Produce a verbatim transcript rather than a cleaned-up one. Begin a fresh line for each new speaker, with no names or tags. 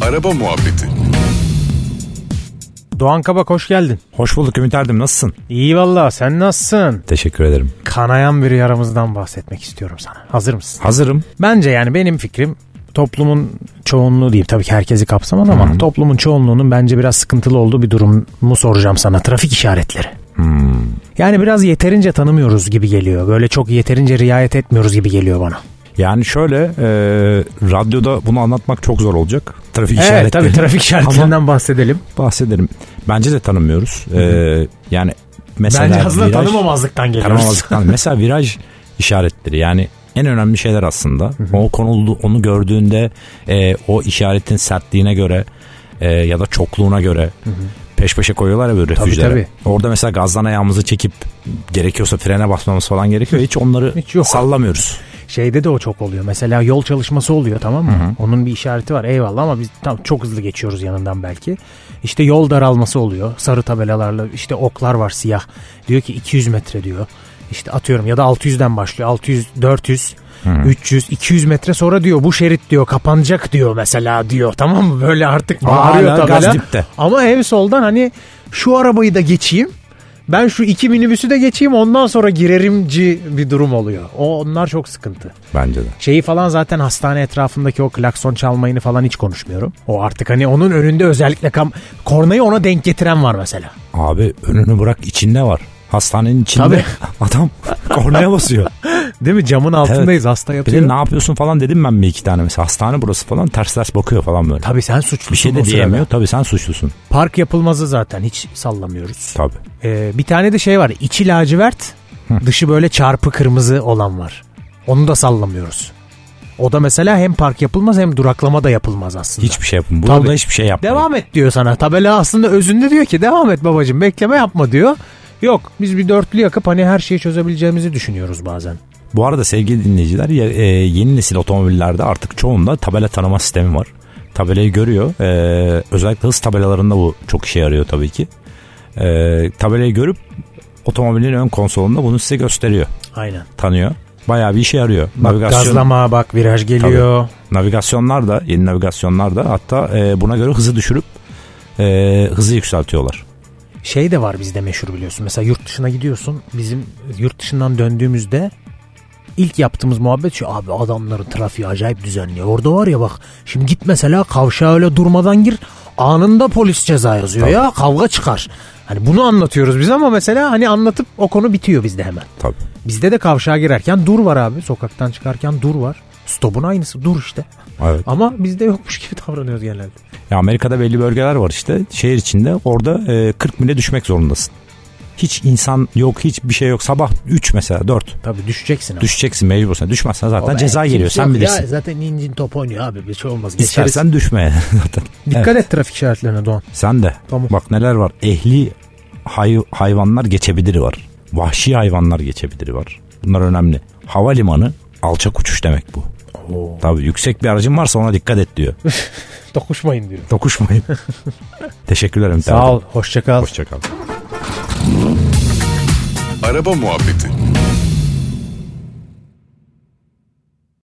Araba Muhabbeti.
Doğan Kabak, hoş geldin.
Hoş bulduk Ümit Erdem, nasılsın?
İyi valla, sen nasılsın?
Teşekkür ederim.
Kanayan bir yaramızdan bahsetmek istiyorum sana. Hazır mısın?
Hazırım.
Bence yani benim fikrim, toplumun çoğunluğu diyeyim, tabii ki herkesi kapsamaz ama hmm. toplumun çoğunluğunun bence biraz sıkıntılı olduğu bir durumu soracağım sana. Trafik işaretleri.
Hmm.
Yani biraz yeterince tanımıyoruz gibi geliyor. Böyle çok yeterince riayet etmiyoruz gibi geliyor bana.
Yani şöyle e, radyoda bunu anlatmak çok zor olacak. Trafik
evet,
işaretleri.
tabii trafik işaretlerinden bahsedelim.
Bahsedelim. Bence de tanımıyoruz. E, yani mesela
bence aslında
viraj,
tanımamazlıktan geliyoruz.
Tanımamazlıktan. Mesela viraj işaretleri, yani en önemli şeyler aslında. O konulu, onu gördüğünde e, o işaretin sertliğine göre e, ya da çokluğuna göre hı hı. peş peşe koyuyorlar ya böyle refüjlere. Tabii, tabii. Orada mesela gazdan ayağımızı çekip gerekiyorsa frene basmamız falan gerekiyor. Hiç onları Hiç sallamıyoruz.
Şeyde de o çok oluyor. Mesela yol çalışması oluyor, tamam mı? Hı hı. Onun bir işareti var, eyvallah, ama biz tam çok hızlı geçiyoruz yanından belki. İşte yol daralması oluyor. Sarı tabelalarla işte oklar var, siyah. Diyor ki iki yüz metre diyor. İşte atıyorum, ya da altı yüzden başlıyor. altı yüz, dört yüz, hı. üç yüz, iki yüz metre sonra diyor bu şerit diyor kapanacak diyor mesela diyor. Tamam mı? Böyle artık bağırıyor tabela. Ama en soldan hani şu arabayı da geçeyim, ben şu iki minibüsü de geçeyim, ondan sonra girerimci bir durum oluyor. O onlar çok sıkıntı.
Bence de.
Şeyi falan zaten, hastane etrafındaki o klakson çalmayını falan hiç konuşmuyorum. O artık hani onun önünde özellikle kam- kornayı ona denk getiren var mesela.
Abi önünü bırak, içinde var. Hastanenin içinde Tabii. adam kornaya basıyor.
Değil mi? Camın altındayız, evet. Hasta yatıyor.
Bir de ne yapıyorsun falan dedim ben bir iki tane mesela. Hastane burası falan, ters ters bakıyor falan böyle.
Tabii sen suçlusun.
Bir şey de diyemiyor. Tabii sen suçlusun.
Park yapılmazı zaten hiç sallamıyoruz.
Tabii.
Ee, bir tane de şey var. İçi lacivert, Hı. dışı böyle çarpı kırmızı olan var. Onu da sallamıyoruz. O da mesela hem park yapılmaz hem duraklama da yapılmaz aslında.
Hiçbir şey yapın. Burada hiçbir şey yapmayın.
Devam et diyor sana. Tabela aslında özünde diyor ki devam et babacığım, bekleme yapma diyor. Yok, biz bir dörtlü yakıp hani her şeyi çözebileceğimizi düşünüyoruz bazen.
Bu arada sevgili dinleyiciler, yeni nesil otomobillerde artık çoğunda tabela tanıma sistemi var. Tabelayı görüyor. Özellikle hız tabelalarında bu çok işe yarıyor tabii ki. Tabelayı görüp otomobilin ön konsolunda bunu size gösteriyor.
Aynen.
Tanıyor. Bayağı bir işe yarıyor.
Bak, Navigasyon, gazlama, bak viraj geliyor.
Tabii. Navigasyonlar da, yeni navigasyonlar da hatta buna göre hızı düşürüp hızı yükseltiyorlar.
Şey de var bizde meşhur, biliyorsun. Mesela yurt dışına gidiyorsun. Bizim yurt dışından döndüğümüzde ilk yaptığımız muhabbet şu: abi adamların trafiği acayip düzenliyor. Orada var ya bak, şimdi git mesela kavşağa öyle durmadan gir, anında polis ceza yazıyor. Tabii. Ya kavga çıkar. Hani bunu anlatıyoruz biz ama mesela hani anlatıp o konu bitiyor bizde hemen.
Tabii.
Bizde de kavşağa girerken dur var abi. Sokaktan çıkarken dur var. Stop'un aynısı, dur işte.
Evet.
Ama bizde yokmuş gibi davranıyoruz genelde.
Ya Amerika'da belli bölgeler var işte şehir içinde, orada e, kırk mile düşmek zorundasın. Hiç insan yok, hiçbir şey yok. Sabah üç mesela, dört.
Tabii düşeceksin ama.
Düşeceksin mecbursun. Düşmezsen zaten o ceza geliyor. Sen bilirsin.
Ya zaten incin top oynuyor abi. Bir şey olmaz.
İstersen düşme zaten.
Dikkat evet. et trafik işaretlerine Doğan.
Sen de. Tamam. Bak neler var. Ehli hay- hayvanlar geçebiliri var. Vahşi hayvanlar geçebiliri var. Bunlar önemli. Havalimanı alçak uçuş demek bu. Oo. Tabii yüksek bir aracın varsa ona dikkat et diyor.
Dokuşmayın diyor.
Dokuşmayın. Teşekkürler.
Sağ ol. Hoşça kal.
Hoşça kal.
Araba Muhabbeti.